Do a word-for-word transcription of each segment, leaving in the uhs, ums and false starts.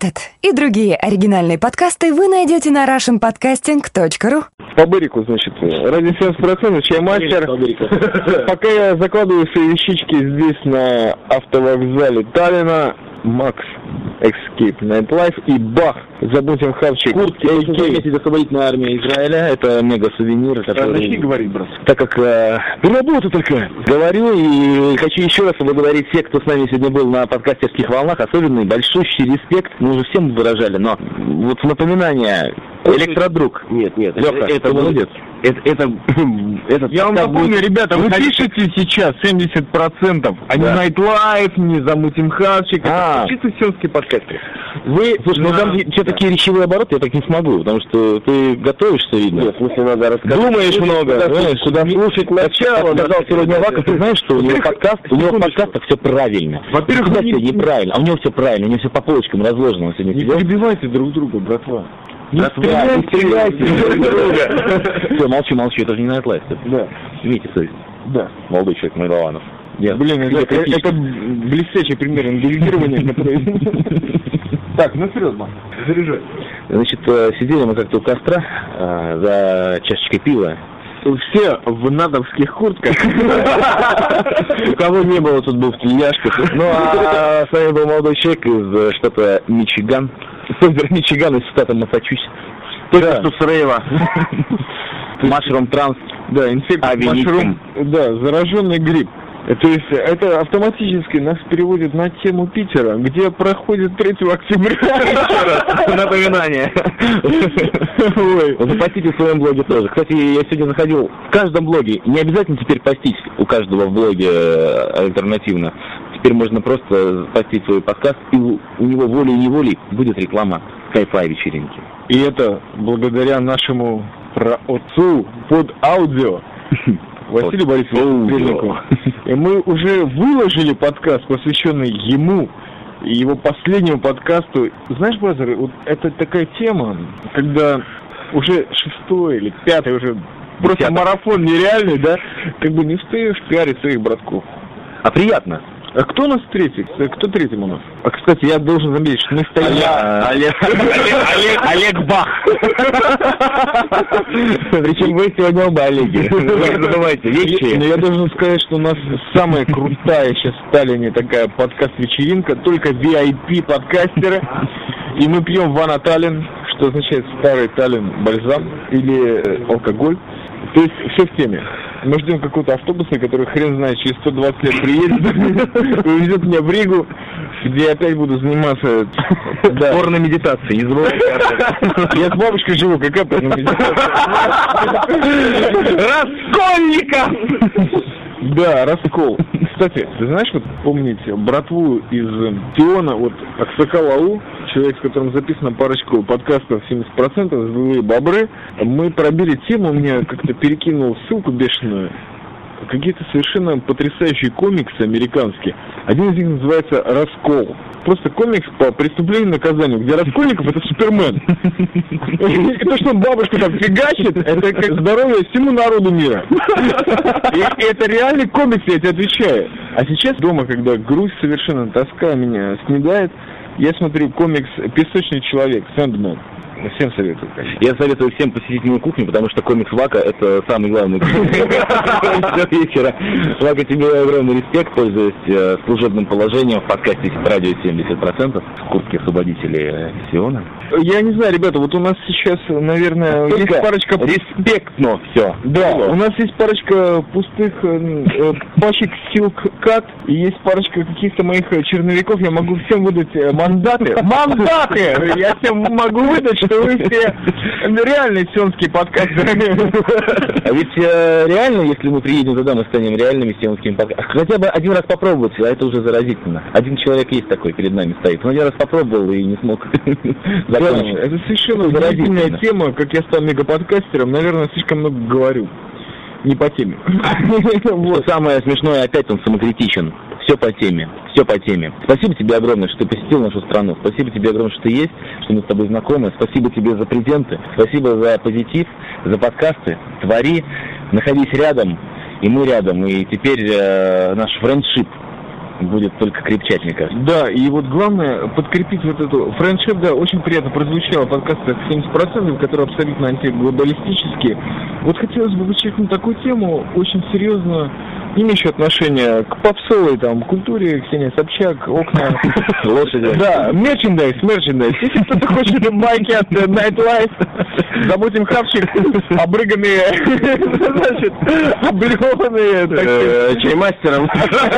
Этот и другие оригинальные подкасты вы найдете на рашн подкастинг точка ру. По Бырику, значит, ради семьдесят процентов чаймастер. Пока я закладываю свои вещички здесь на автовокзале Таллина, Макс, Escape Nightlife и бах, забудем хавчик. Куртки, это освободительная армия Израиля, это мега-сувенир. Который... Начни говорить, брат. Так как э, работа такая. Говорю и хочу еще раз поблагодарить всех, кто с нами сегодня был на подкастерских волнах. Особенный большущий респект, мы уже всем выражали, но вот напоминание, электродруг. Нет, нет, Леха, это, это молодец. Это, это, это, я вам напомню, будет... ребята, вы хотите... пишете сейчас семьдесят процентов, а да. не Nightlife, не замутим хавчик, а. это чисто сионские подкасты. Вы, слушай, ну там что да. такие речевые обороты, я так не смогу, потому что ты готовишься, видно. Нет, в смысле надо рассказать. Думаешь много, куда, знаешь, куда слушать начало. Я сказал сегодня Лаков, ты знаешь, что у него подкаст, у него в подкастах все правильно. Во-первых, все неправильно, а у него все правильно, у него все по полочкам разложено. Не перебивайте друг друга, братва. Не стреляйте, не стреляйте друг друга. Все, молчу, молчу, это же не Nightlife. Да. Имейте совесть. Да. Молодой человек Милованов. Блин, это, это блестящий пример интеллигирования, который... Так, ну вперед, Макс, заряжай. Значит, сидели мы как-то у костра за чашечкой пива. Все в надовских куртках. У кого не было, тут был в тельняшках. Ну, а с вами был молодой человек из штата Мичиган. Супер Мичиган из штата Массачусетс. Только что с рейва. Машрум транс. Да, инфекция машрум. Да, зараженный грипп. То есть это автоматически нас переводит на тему Питера, где проходит третьего октября. Напоминание. Запостите в своем блоге тоже. Кстати, я сегодня находил в каждом блоге, не обязательно теперь постить у каждого в блоге альтернативно. Теперь можно просто постить свой подкаст, и у него волей-неволей будет реклама Sci-Fi вечеринки. И это благодаря нашему отцу под аудио. Василию Борисовичу Стрельнику. И мы уже выложили подкаст, посвященный ему и его последнему подкасту. Знаешь, бразер, вот это такая тема, когда уже шестой или пятый уже просто Десятый. Марафон нереальный, да, как бы не встаешь пиарить своих братков. А приятно. А кто у нас третий? Кто третьим у нас? А, кстати, я должен заметить, что мы стоим... Олег, Олег, Олег Бах. Причем вы сегодня оба Олеги. Не забывайте, вечеринка. Но я должен сказать, что у нас самая крутая сейчас в Таллине такая подкаст-вечеринка, только ви ай пи-подкастеры. И мы пьем Вана Таллин, что означает старый Таллин бальзам или алкоголь. То есть все в теме. Мы ждем какого-то автобуса, который хрен знает, через сто двадцать лет приедет, увезет меня в Ригу, где я опять буду заниматься порной медитацией. Не забывайте. Я с бабушкой живу, какая порная медитация? Раскольников! Да, раскол. Кстати, ты знаешь, вот помните, братву из Тиона, вот Аксакал Ау, человек, с которым записана парочку подкастов семьдесят процентов, «Злые бобры», мы пробили тему, мне как-то перекинул ссылку бешеную, какие-то совершенно потрясающие комиксы американские. Один из них называется «Раскол». Просто комикс по преступлению и наказанию, где Раскольников — это Супермен. И то, что бабушка там фигачит, это как здоровье всему народу мира. И это реальный комикс, я тебе отвечаю. А сейчас дома, когда грусть совершенно, тоска меня снедает, я смотрю комикс «Песочный человек», «Сэндмен». Всем советую, конечно. Я советую всем посетить мою кухню, потому что комикс Вака — это самый главный вечера. Вака, тебе огромный респект, пользуясь служебным положением в подкасте «Радио семьдесят процентов» в куртке освободителей Сиона. Я не знаю, ребята, вот у нас сейчас, наверное, Только есть парочка... Респектно все. Да, у нас есть парочка пустых э, пачек Silk-Cut, и есть парочка каких-то моих черновиков. Я могу всем выдать мандаты. Мандаты! Я всем могу выдать, что вы все реальные сионские подкастеры. А ведь э, реально, если мы приедем туда, мы станем реальными сионскими подкастерами. Хотя бы один раз попробовать, а это уже заразительно. Один человек есть такой, перед нами стоит. Он один раз попробовал и не смог закончить. Это совершенно заразительная тема. Как я стал мегаподкастером, наверное, слишком много говорю. Не по теме. Вот. Самое смешное, опять он самокритичен. Все по теме, все по теме. Спасибо тебе огромное, что ты посетил нашу страну. Спасибо тебе огромное, что ты есть, что мы с тобой знакомы. Спасибо тебе за презенты. Спасибо за позитив, за подкасты. Твори, находись рядом, и мы рядом. И теперь э, наш френдшип будет только крепчать, мне кажется. Да, и вот главное подкрепить вот эту... Френдшип, да, очень приятно прозвучало в подкастах семьдесят процентов, которые абсолютно антиглобалистические. Вот хотелось бы вычеркнуть такую тему, очень серьезно, не имеющую отношения к попсовой там культуре, Ксения Собчак, окна, лошади. Да, мерчендайз, мерчендайз. Если кто-то хочет майки от Nightlife, забудем хавчик, обрыганные, значит, облеванные, чаймастером.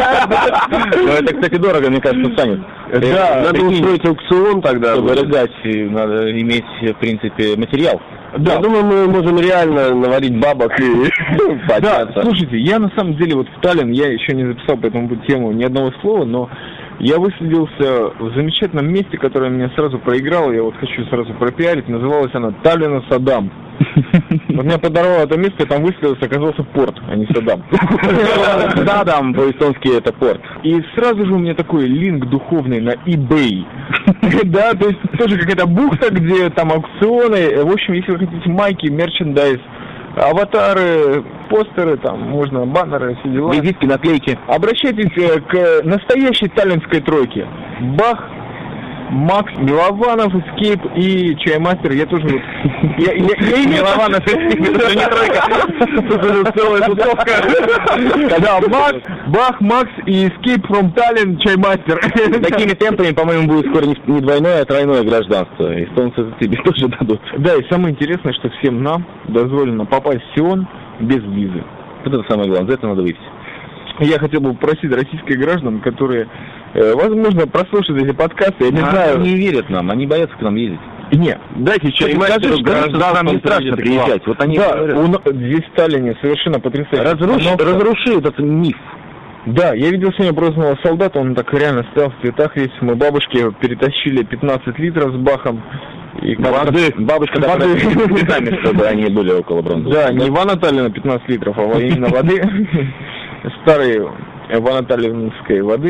Но это, кстати, дорого, мне кажется, станет. Да, надо устроить аукцион тогда. Чтобы рыгать, надо иметь, в принципе, материал. Да. Я думаю, мы можем реально наварить бабок и Да, слушайте, я на самом деле вот в Таллин, я еще не записал по этому тему ни одного слова, но я высадился в замечательном месте, которое меня сразу проиграло, я вот хочу сразу пропиарить, называлась она Таллина Саддам. Вот меня подорвало это место, я там высадился, оказался порт, а не Саддам. Саддам по-эстонски это порт. И сразу же у меня такой линк духовный на eBay. Да, то есть тоже какая-то бухта, где там аукционы. В общем, если вы хотите майки, мерчендайз, аватары, постеры, там можно баннеры, все дела. Визитки, наклейки. Обращайтесь к настоящей таллинской тройке. Бах, Макс, Милованов, Эскейп и Чаймастер. Я тоже вот... Я, я, я имею... Милованов, Эскейп, это не тройка. Это целая тусовка. Да, Макс, Бах, Макс и Escape from Tallinn, Чаймастер. Такими темпами, по-моему, будет скоро не двойное, а тройное гражданство. Эстонцы тебе тоже дадут. Да, и самое интересное, что всем нам дозволено попасть в Сион без визы. Вот это самое главное, за это надо выйти. Я хотел бы попросить российских граждан, которые, э, возможно, прослушают эти подкасты, я не а знаю... Они не верят нам, они боятся к нам ездить. Нет, дайте Чаймастеру гражданам не страшно приезжать. Вот они да, у, здесь в Таллине совершенно потрясающе. Разруши, разруши этот миф. Да, я видел сегодня бронзового солдата, он так реально стоял в цветах весь. Мы бабушке перетащили пятнадцать литров с Бахом. И воды, бабушка воды, цветами, чтобы они были около бронзы. Да, не Ивана Таллина пятнадцать литров, а именно воды. Старой Ивано-Таллинской воды.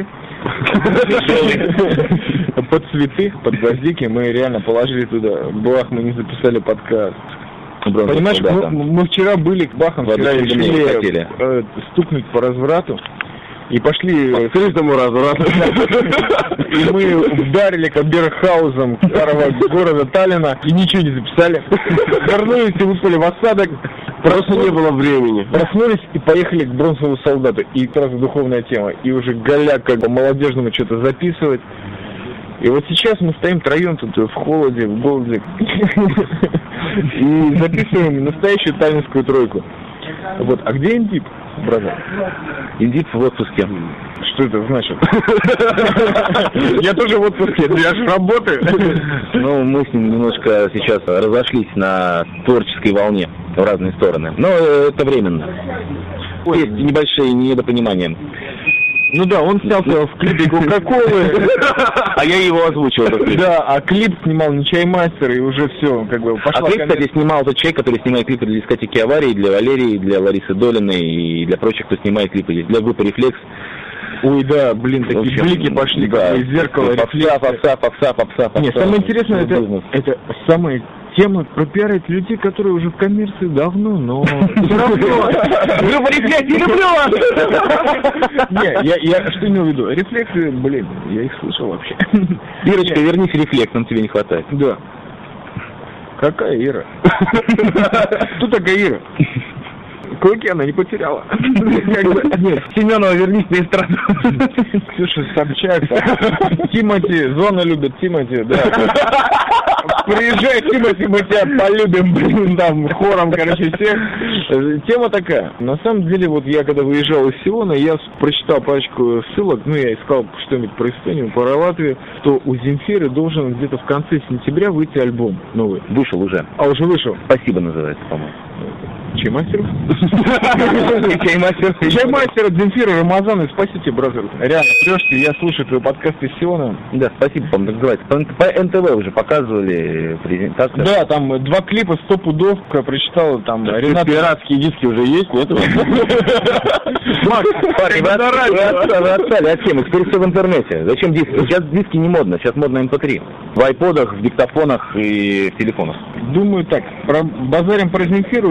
Под цветы, под гвоздики мы реально положили туда. Бах, мы не записали подкаст. Понимаешь, мы, мы вчера были к Бахам, вчера решили э, стукнуть по разврату. И пошли к скрытому разврату. И мы ударили Каберхаузом старого города Таллина и ничего не записали. Вернулись и выпали в осадок. Просто не было времени. Проснулись и поехали к бронзовому солдату. И сразу духовная тема. И уже голяк как по-молодежному что-то записывать. И вот сейчас мы стоим троем тут в холоде, в голоде. И записываем настоящую таллинскую тройку. Вот, а где Индип, бразер? Индип в отпуске. Что это значит? Я тоже в отпуске, я же работаю. Ну, мы с ним немножко сейчас разошлись на творческой волне в разные стороны. Но это временно. Есть небольшие недопонимания. Ну да, он снялся в клипе Кока-Колы, а я его озвучил. Да, а клип снимал не Чаймастер, и уже все, как бы пошла. А клип, кстати, снимал тот человек, который снимает клипы для дискотеки «Аварии», для Валерии, для Ларисы Долиной и для прочих, кто снимает клипы для группы «Рефлекс». Ой, да, блин, такие общем, блики пошли, да, как из зеркала, попса, попса, попса, попса, попса. Нет, самое интересное, это, это самая тема пропиарить людей, которые уже в коммерции давно, но все равно. Группа «Рефлекс», не люблю вас! Не, я что имел в виду? Рефлексы, блин, я их слышал вообще. Ирочка, вернись в «Рефлекс», нам тебе не хватает. Да. Какая Ира? Кто такая Ира? Клыки она не потеряла. Нет, Семенова, вернись на эстраду. Ксюша Собчак, Тимати, Зона любит Тимати, да. Приезжай, Тимати, мы тебя полюбим, блин, там, хором, короче, всех. Тема такая. На самом деле, вот я когда выезжал из Сиона, я прочитал парочку ссылок, ну, я искал что-нибудь про Эстонию, про Латвию, что у Земфиры должен где-то в конце сентября выйти альбом новый. Вышел уже. А, уже вышел? «Спасибо» называется, по-моему. Чаймастер? Чаймастер. Чаймастер от Земфира, Рамазан, спасите, бразер. Реально, прешься, я слушаю твой подкаст из Сиона. Да, спасибо, по-моему, называется. По эн тэ вэ уже показывали презентацию. Да, там два клипа, сто пудов, как прочитал, там, Ренат... Пиратские диски уже есть, нет? Макс, парень, вы отстали от темы, теперь все в интернете. Зачем диски? Сейчас диски не модно, сейчас модно эм пэ три. В айподах, в диктофонах и в телефонах. Думаю так, про, базарим про Земфиру и еще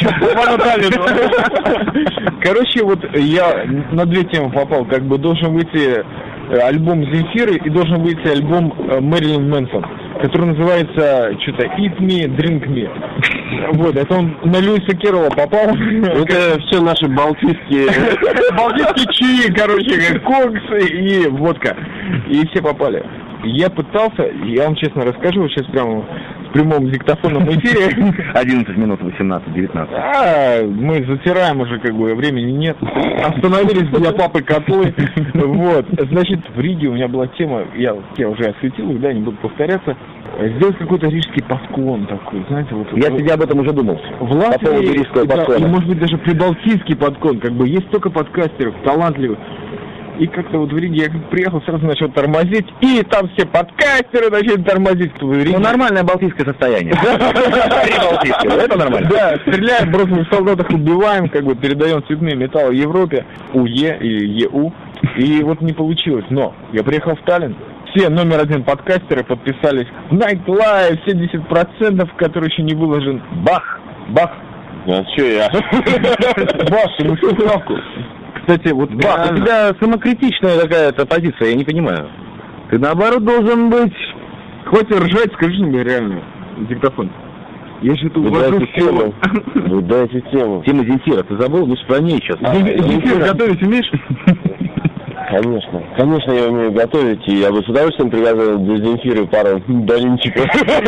По Наталину. Короче, вот я на две темы попал. Как бы должен выйти альбом Земфиры и должен выйти альбом Мэрилин Мэнсон, который называется что-то Eat Me, Drink Me. Вот, это он на Льюиса Керрола попал. Это все наши балтийские... Балтийские чаи, короче, кокс и водка. И все попали. Я пытался, я вам честно расскажу, сейчас прямо в прямом диктофонном эфире. одиннадцать минут восемнадцать девятнадцать. А, мы затираем уже, как бы, времени нет. Остановились для папы котлы. Вот, значит, в Риге у меня была тема, я, я уже осветил их, да, не буду повторяться, сделать какой-то рижский подклон такой, знаете, вот. Я тебе об этом уже думал. В Латвии, по поводу рижского да, подклона. и, может быть, даже прибалтийский подклон, как бы, есть столько подкастеров, талантливых. И как-то вот в Риге я как приехал, сразу начал тормозить, и там все подкастеры начали тормозить. В Риге... Ну, нормальное балтийское состояние. Прибалтийское, это нормально. Да, стреляем, бронзовых солдатах убиваем, как бы передаем цветные металлы Европе, УЕ или ЕУ. И вот не получилось. Но я приехал в Таллин, все номер один подкастеры подписались. Night Live, семьдесят процентов, который еще не выложен. Бах, бах. А что я? Бах, ему всю справку. Кстати, вот Бах, у тебя самокритичная какая-то позиция, я не понимаю. Ты наоборот должен быть... Хватит ржать, скажи мне реально, диктофон. Я же тут Вы ввожу дайте тему. Вы дайте тему. Тема Земфира, ты забыл? Мы же про ней сейчас. Земфир готовить умеешь? Конечно. Конечно, я умею готовить, и я бы с удовольствием приготовил для Земфиры пару блинчиков.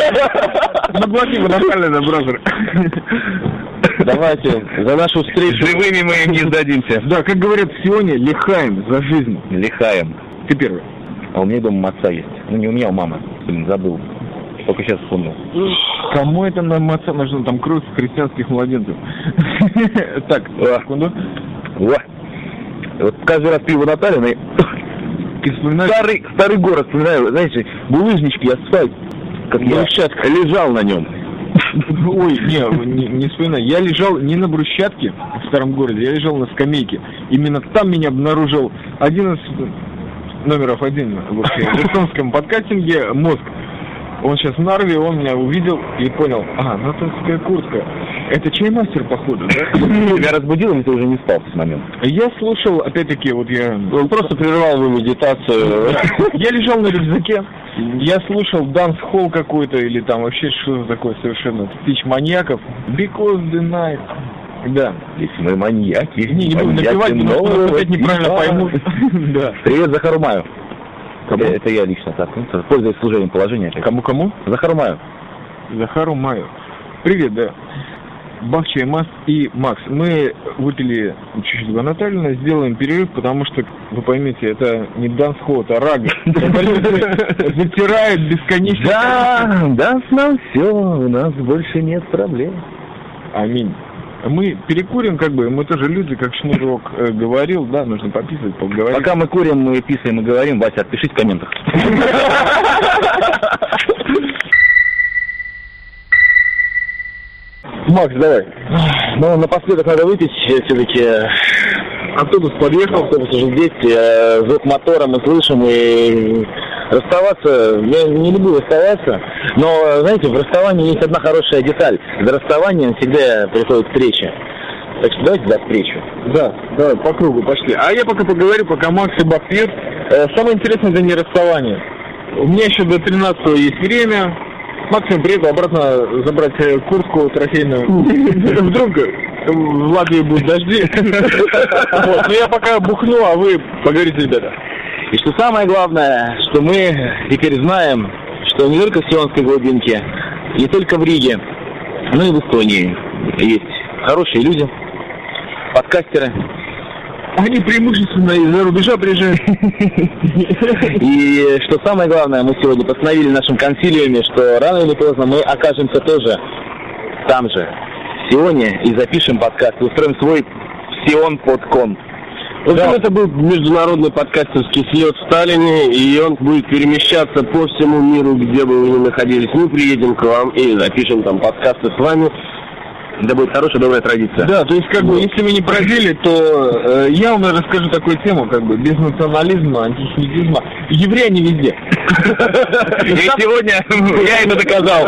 Заплати бы нормально, бразер. Давайте, за нашу встречу. Живыми мы им не сдадимся. Да, как говорят в Сионе, лихаем за жизнь. Лихаем. Ты первый. А у меня дома отца есть. Ну, не у меня, у мамы. Блин, забыл. Только сейчас вспомнил. Кому это нам отца нужно? Там кровь христианских младенцев. Так, секунду. О. Вот каждый раз пиво Наталья, и... старый, старый город вспоминаю, знаете, булыжнички, асфальт, как я лежал на нем. Ой, не, не, не вспоминаю. Я лежал не на брусчатке в старом городе, я лежал на скамейке. Именно там меня обнаружил один из номеров один вообще, в эстонском подкастинге «Мозг». Он сейчас в Нарве, он меня увидел и понял, ага, натовская куртка. Это чаймастер, походу, да? Тебя разбудил, или ты уже не спал в этот момент? Я слушал, опять-таки, вот я... Он просто прервал мою медитацию. Я лежал на рюкзаке, я слушал данс-холл какой-то, или там вообще что такое совершенно, тысяч маньяков. Because the night... Да. Здесь мы маньяки. Не, не буду напевать, но опять неправильно поймут. Да. Привет, Захарумаю. Кому? Это, это я лично так, пользуясь служением положения. Кому-кому? Захарумаю. Захару Маю. Привет, да. Бах, Чаймас и Макс. Мы выпили чуть-чуть Натальина, сделаем перерыв, потому что, вы поймите, это не дансхолл, это рага. Затирает бесконечно. Да, да, нам все, у нас больше нет проблем. Аминь. Мы перекурим, как бы, мы тоже люди, как Шнурок э, говорил, да, нужно пописать, поговорить. Пока мы курим, мы писаем и говорим, Вася, отпишись в комментах. Макс, давай. Ну, напоследок надо выпить, все-таки Автобус подъехал. автобус уже здесь, э, звук мотора мы слышим, и расставаться, я не люблю расставаться, но, знаете, в расставании есть одна хорошая деталь. За расставанием всегда приходит встреча. Так что давайте до встречи. Да, давай, по кругу пошли. А я пока поговорю, пока Макс и Бах пьют. Э, самое интересное, это не расставание. У меня еще до тринадцатого есть время. Максимум приеду обратно забрать куртку трофейную. Вдруг в Латвии будут дожди. Вот, но я пока бухну, а вы поговорите, ребята. И что самое главное, что мы теперь знаем, что не только в Сионской глубинке, не только в Риге, но и в Эстонии есть хорошие люди, подкастеры. Они преимущественно из-за рубежа приезжают. И что самое главное, мы сегодня постановили в нашем консилиуме, что рано или поздно мы окажемся тоже там же, в Сионе, и запишем подкаст, и устроим свой Сион подкон. В общем, это был международный подкастерский слет в Таллине, и он будет перемещаться по всему миру, где бы вы ни находились. Мы приедем к вам и запишем там подкасты с вами. Это будет хорошая, добрая традиция. Да, то есть, как бы, если вы не прозели, то э, я вам расскажу такую тему, как бы, без национализма, антисемитизма. Евреи они везде. И сегодня я это доказал.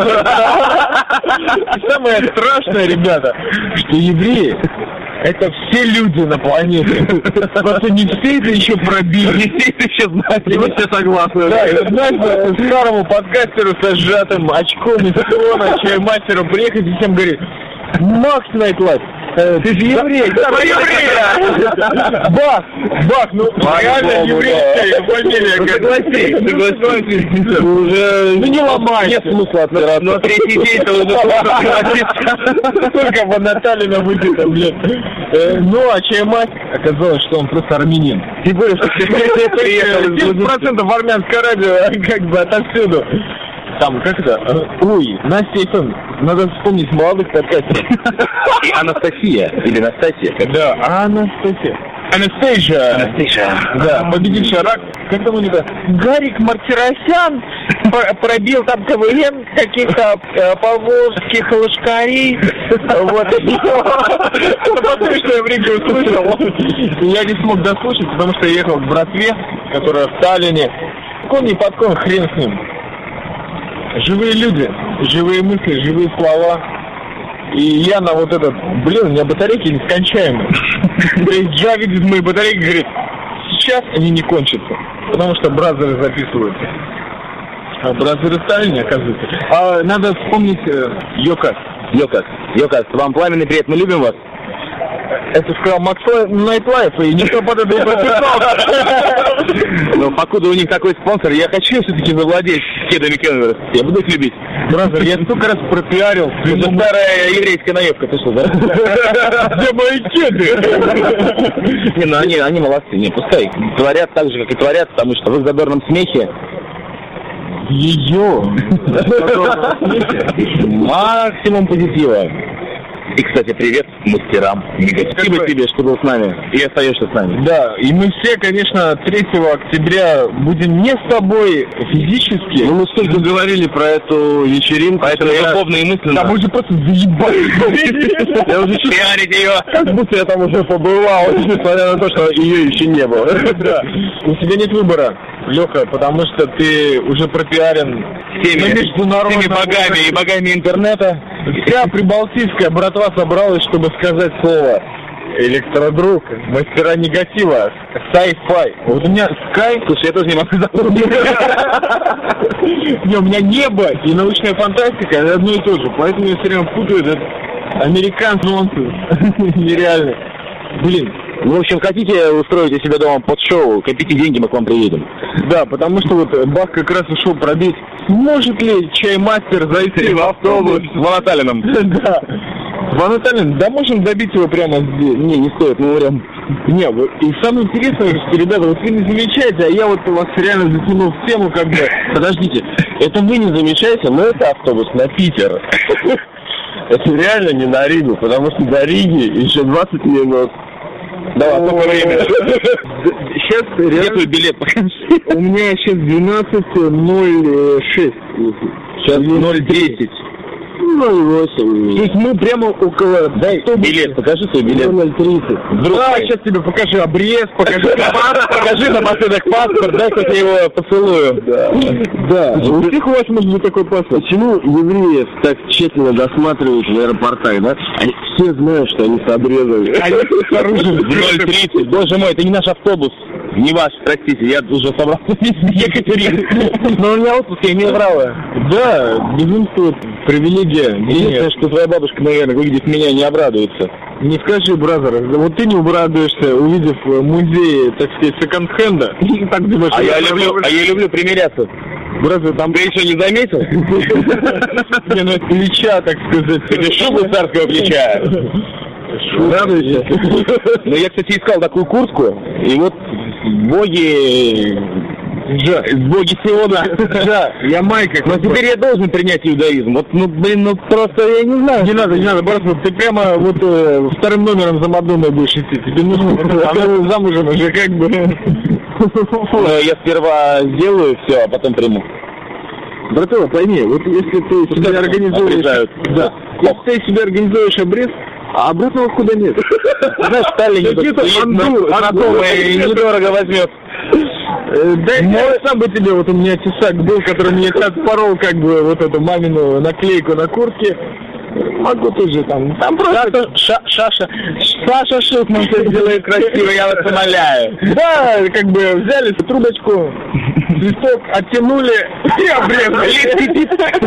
Самое страшное, ребята, что евреи — это все люди на планете. Просто не все это еще пробили, не все это еще знают. И вот все согласны. Да, и знаешь, старому подкастеру со сжатым очком из Тиона, чаймастеру приехать и всем говорит: Макс Найтлайф, ты же еврей, да, еврей! Бах, бах, ну реально еврейская фамилия. Согласись, согласись. Уже, ну не ломайся. Нет смысла отпираться. Но третий день-то уже согласиться. Только в Наталина выпито, блин. Ну, а чаймастер, оказалось, что он просто армянин. Тем более, что семьдесят процентов армянское радио, как бы отовсюду. Там, как это? Ой, Настя эф эм. Надо вспомнить молодых подкастеров. И Анастасия, или Настасья. Да, Анастасия. Анастасия. Анастасия. Да, победивший рак. Как там у него? Гарик Мартиросян пробил там ка вэ эн каких-то поволжских лошкарей. Вот. Посмотри, что я в Риге услышал. Я не смог дослушать, потому что я ехал к братве, которая в Таллине. Кон не подкон, хрен с ним. Живые люди, живые мысли, живые слова. И я на вот этот, блин, у меня батарейки нескончаемые. То есть Джа видит мои батарейки и говорит: сейчас они не кончатся, потому что бразеры записываются. А бразеры стали, не оказывается. А надо вспомнить э, Йокас. Йокас, Йокас, вам пламенный привет, мы любим вас. Это сказал Макс Найтлайф, и никто под это не подписался. Но покуда у них такой спонсор, я хочу все-таки завладеть кедами Кенверс. Я буду их любить. Бразер, я столько раз пропиарил. Это старая еврейская наебка, ты что, да? Где мои кеды? Не, ну они, они молодцы, не, пускай творят так же, как и творят, потому что в их задорном смехе ее максимум позитива. И, кстати, привет мастерам негатива. Спасибо тебе, что был с нами и остаешься с нами. Да, и мы все, конечно, третьего октября будем не с тобой физически. Ну, мы столько говорили про эту вечеринку. Поэтому я духовно и мысленно. Да, мы же просто заебались. Я уже пиарить ее. Как будто я там уже побывал, несмотря на то, что ее еще не было. Да. У тебя нет выбора, Леха, потому что ты уже пропиарен всеми, всеми богами и богами интернета. Вся прибалтийская братва собралась, чтобы сказать слово электродруг, мастера негатива, sci-fi. Вот у меня Sky... Слушай, я тоже не могу запомнить. Не, у меня небо и научная фантастика — это одно и то же. Поэтому я все время путаю этот американский нонсенс. Нереально. Блин. Ну, в общем, хотите устроить у себя дома под шоу, копите деньги, мы к вам приедем. Да, потому что вот Бах как раз ушел пробить. Может ли чаймастер зайти в автобус с Ванаталином? Да. Ванаталин, да можем добить его прямо здесь. Не, не стоит, мы умрем. Не, и самое интересное, что, ребята, вот вы не замечаете, а я вот вас реально затянул в тему, как бы... Подождите, это вы не замечаете, но это автобус на Питер. Это реально не на Ригу, потому что до Риги еще двадцать минут. Давай, сколько время? Сейчас реально... Где твой билет, покажи. У меня сейчас двенадцать ноль шесть. Сейчас ноль десять. ноль восемь. То есть мы прямо около... Дай билет, покажи свой билет. ноль тридцать. Да, сейчас тебе покажи обрез, покажи паспорт, покажи напоследок паспорт, дай хоть я его поцелую. Да. Да. У всех у вас может быть такой паспорт. Почему евреев так тщательно досматривают в аэропортах, да? Они все знают, что они с обрезами. Они с оружием. ноль тридцать. Боже мой, это не наш автобус. Не ваш, простите, я уже собрался везде Екатерин. Но у меня отпуск, я имею право. Да, безумство, привилегия. Единственное, что твоя бабушка, наверное, увидев меня, не обрадуется. Не скажи, бразер, вот ты не обрадуешься, увидев музей, так сказать, секонд-хенда. Так думаешь, а, я люблю, а я люблю примиряться. Бразер, там... Ты еще не заметил? Не, ну это плеча, так сказать. Это шубу царского плеча. Радуйся. Ну, я, кстати, искал такую куртку, и вот боги... Да, боги Сиона. Да, я майка. Но теперь я должен принять иудаизм. Вот, ну, блин, ну просто я не знаю. Не надо, не надо, братство, ты прямо вот э, вторым номером за Мадонной будешь идти. Тебе нужно, она замужем уже как бы. Я сперва сделаю все, а потом приму. Братова, пойми, вот если ты себя организуешь... Да. ты себе организуешь обрез, а обратного хода нет. Знаешь, в Таллине знакомый недорого возьмет. Да я сам бы тебе, вот у меня тесак был, который мне отпорол как бы вот эту мамину наклейку на куртке. Могу тоже там. Там просто Ша Шаша, Саша Шутман все делает красиво, я вас умоляю. Да, как бы взяли трубочку, свисток, оттянули и обрезали.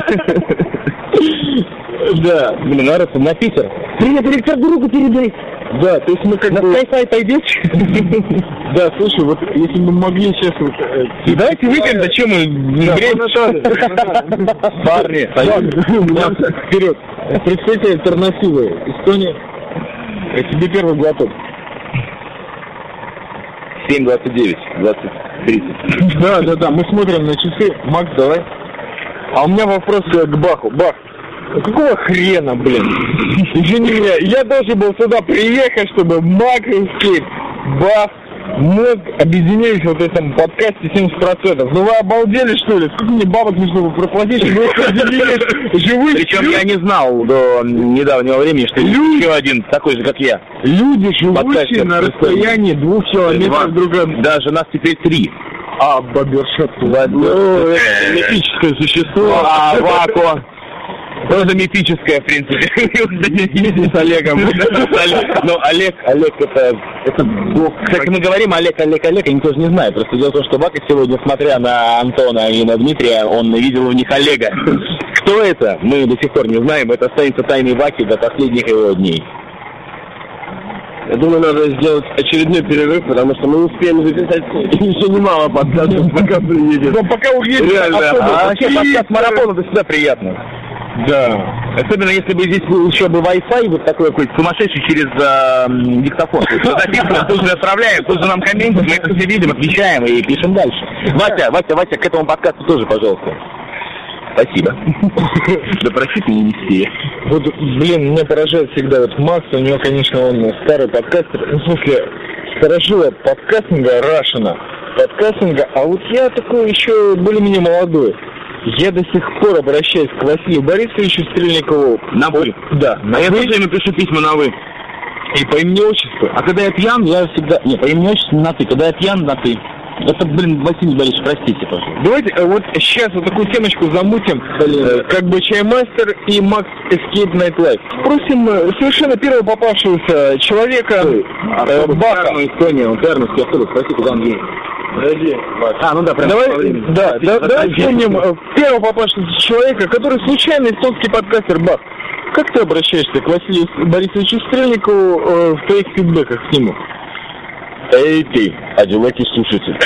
Да. Блин, народ, на Питер. Привет, Александру руку передай. Да, то есть мы как на бы... На Sky-Fi пойдете? Да, слушай, вот если бы мы могли сейчас... Вот, э, давайте выпьем, зачем мы... Да, парни, вперед. Представьте альтернативы. Эстония. Тебе первый глоток. семь двадцать девять, двадцать тридцать. Да, да, да, мы смотрим на часы. Макс, давай. А у меня вопрос к Баху. Бах, какого хрена, блин? Извини меня, я должен был сюда приехать, чтобы Маковский, Бах, мы объединились в вот этом подкасте семьдесят процентов. Ну вы обалдели, что ли? Сколько мне бабок нужно проплатить, чтобы вы объединились живых? Причем я не знал до недавнего времени, что люди... еще один такой же, как я. Люди, живущие на расстоянии двух километров друг от друга. Даже нас теперь три. А, бабершот, ну, это мифическое существо. А, Вако. Тоже мифическое, в принципе. С Олегом. Но Олег, Олег это, это бог. Кстати, мы говорим Олег, Олег, Олег, и никто же не знает. Просто дело в том, что Бака сегодня, смотря на Антона и на Дмитрия, он видел в них Олега. Кто это? Мы до сих пор не знаем. Это останется тайной Баки до последних его дней. Я думаю, надо сделать очередной перерыв, потому что мы успеем записать еще немало подкастов, пока приедет. Но пока уедет, реально. А вообще подкаст марафон, это всегда приятно. Да. Особенно если бы здесь был еще бы Wi-Fi, вот такой какой-то сумасшедший через э, диктофон. Записываем, тут же отправляем, тут же нам комментируем, мы это все видим, отвечаем и пишем дальше. Вася, Вася, Вася, к этому подкасту тоже, пожалуйста. Спасибо. Да простите меня не все. Вот, блин, меня поражает всегда вот Макс, у него, конечно, он старый подкастер, ну, в смысле, старожила подкастинга Рашина, подкастинга, а вот я такой еще более-менее молодой. Я до сих пор обращаюсь к Василию Борисовичу Стрельникову. На «вы». Да. А я тоже ему пишу письма на «вы». И по имени-отчеству. А когда я пьян, я всегда... Не, по имени-отчеству на «ты». Когда я пьян, на «ты». Это, блин, Василий Борисович, простите, пожалуйста. Давайте вот сейчас вот такую темочку замутим, э, как бы Чаймастер и Макс Escape Night Life. Спросим совершенно первого попавшегося человека, э, Баха. Эстония, он терминский автобус, спроси, куда он едет. Подожди. А, ну да, прям. Давай, да, да, давай вспомним первого попавшегося человека, который случайный эстонский подкастер. Бах, как ты обращаешься к Василию Борисовичу Стрельникову э, в твоих фидбэках к нему? Эй ты, одинокий слушатель.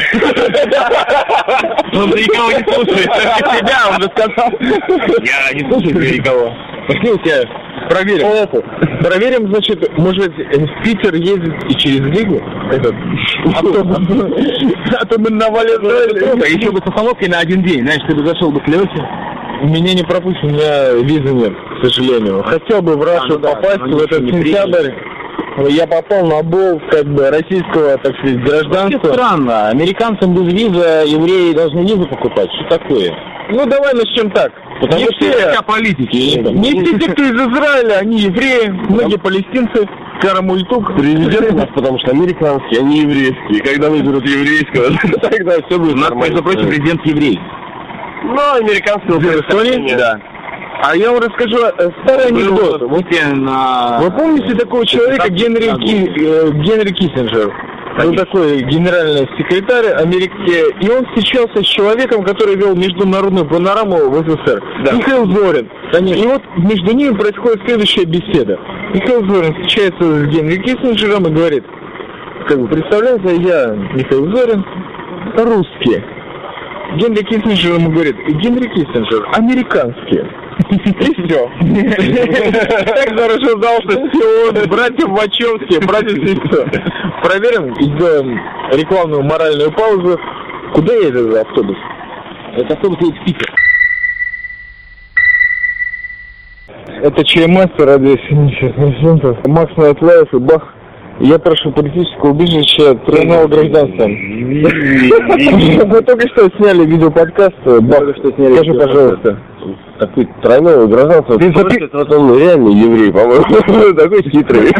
Он никого не слушает, только тебя, он же сказал. Я не слушаю никого. Пошли у тебя проверим. Проверим, значит, может в Питер ездит и через Ригу этот автобус. А то мы навалили. Еще бы с остановкой на один день, знаешь, ты бы зашел бы к Лёсе. Меня не пропустят, у меня визы нет, к сожалению. Хотел бы в Рашу попасть в этот сентябрь. Я попал на бол, как бы, российского, так сказать, гражданства. Это странно. Американцам без визы, евреи должны визу покупать. Что такое? Ну, давай начнем так. Потому не что все это политики. Не все те, кто из Израиля, они евреи, многие палестинцы. Карамультук. Президент у нас, потому что американский, а не еврейский. И когда выберут еврейского, тогда все будет нормально. У нас, между прочим, президент еврей. Ну, американский в Эстонии? Да. А я вам расскажу старый анекдот. Вот на... Вы помните такого человека Генри, Ки... Генри Киссинджер? Он такой генеральный секретарь Америки, и он встречался с человеком, который вел международную панораму в СССР. Да. Михаил Зорин. Конечно. И вот между ними происходит следующая беседа. Михаил Зорин встречается с Генри Киссинджером и говорит, как бы, представляете, я Михаил Зорин, русский. Генри Киссинджер ему говорит, Генри Киссинджер, американский. И все. Так хорошо знал, что все, братья Вачовски, братья и все. Проверим, сделаем рекламную моральную паузу. Куда едет этот автобус? Этот автобус едет в Питер. Это Чаймастер, радио семьдесят процентов. Макс Найтлаев и Бах. Я прошу политического убежища тройного гражданства. Мы только что сняли видеоподкаст. Бах, скажи, пожалуйста. такой тройного гражданства. Ты запи... Это вот он реальный еврей, по-моему. Такой хитрый.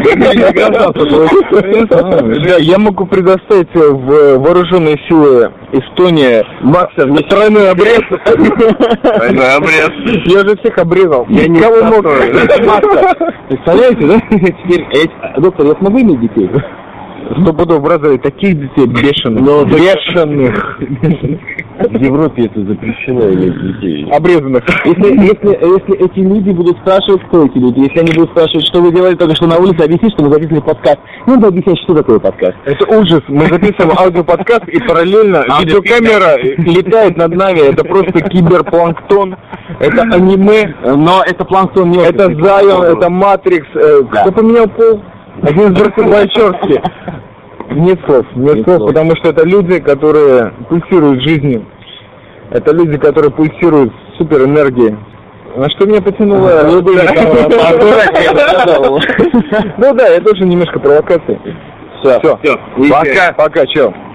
Я могу предоставить в вооруженные силы Эстония Макса в тройной обрез. Тройной обрез. Я же всех обрезал. Я не Кого мог? Представляете, да? Теперь, доктор, я смогу иметь детей? Сто пудов, бразеры, таких детей бешеных. Но бешеных. В Европе это запрещено иметь детей. Обрезанных. Если, если, если эти люди будут спрашивать, кто эти люди, если они будут спрашивать, что вы делали только что на улице, объяснить, что мы записывали подкаст. Не надо объяснять, что такое подкаст. Это ужас. Мы записываем аудиоподкаст, и параллельно видеокамера летает над нами. Это просто киберпланктон. Это аниме. Но это планктон не Это Зайон, это Матрикс. Кто поменял пол? Один из братьев Вачовски. Нет слов, нет, нет слов, слов, потому что это люди, которые пульсируют жизнью. Это люди, которые пульсируют суперэнергией. На что меня потянуло? Ну да, это уже немножко провокация. Все, все, пока, пока, чё.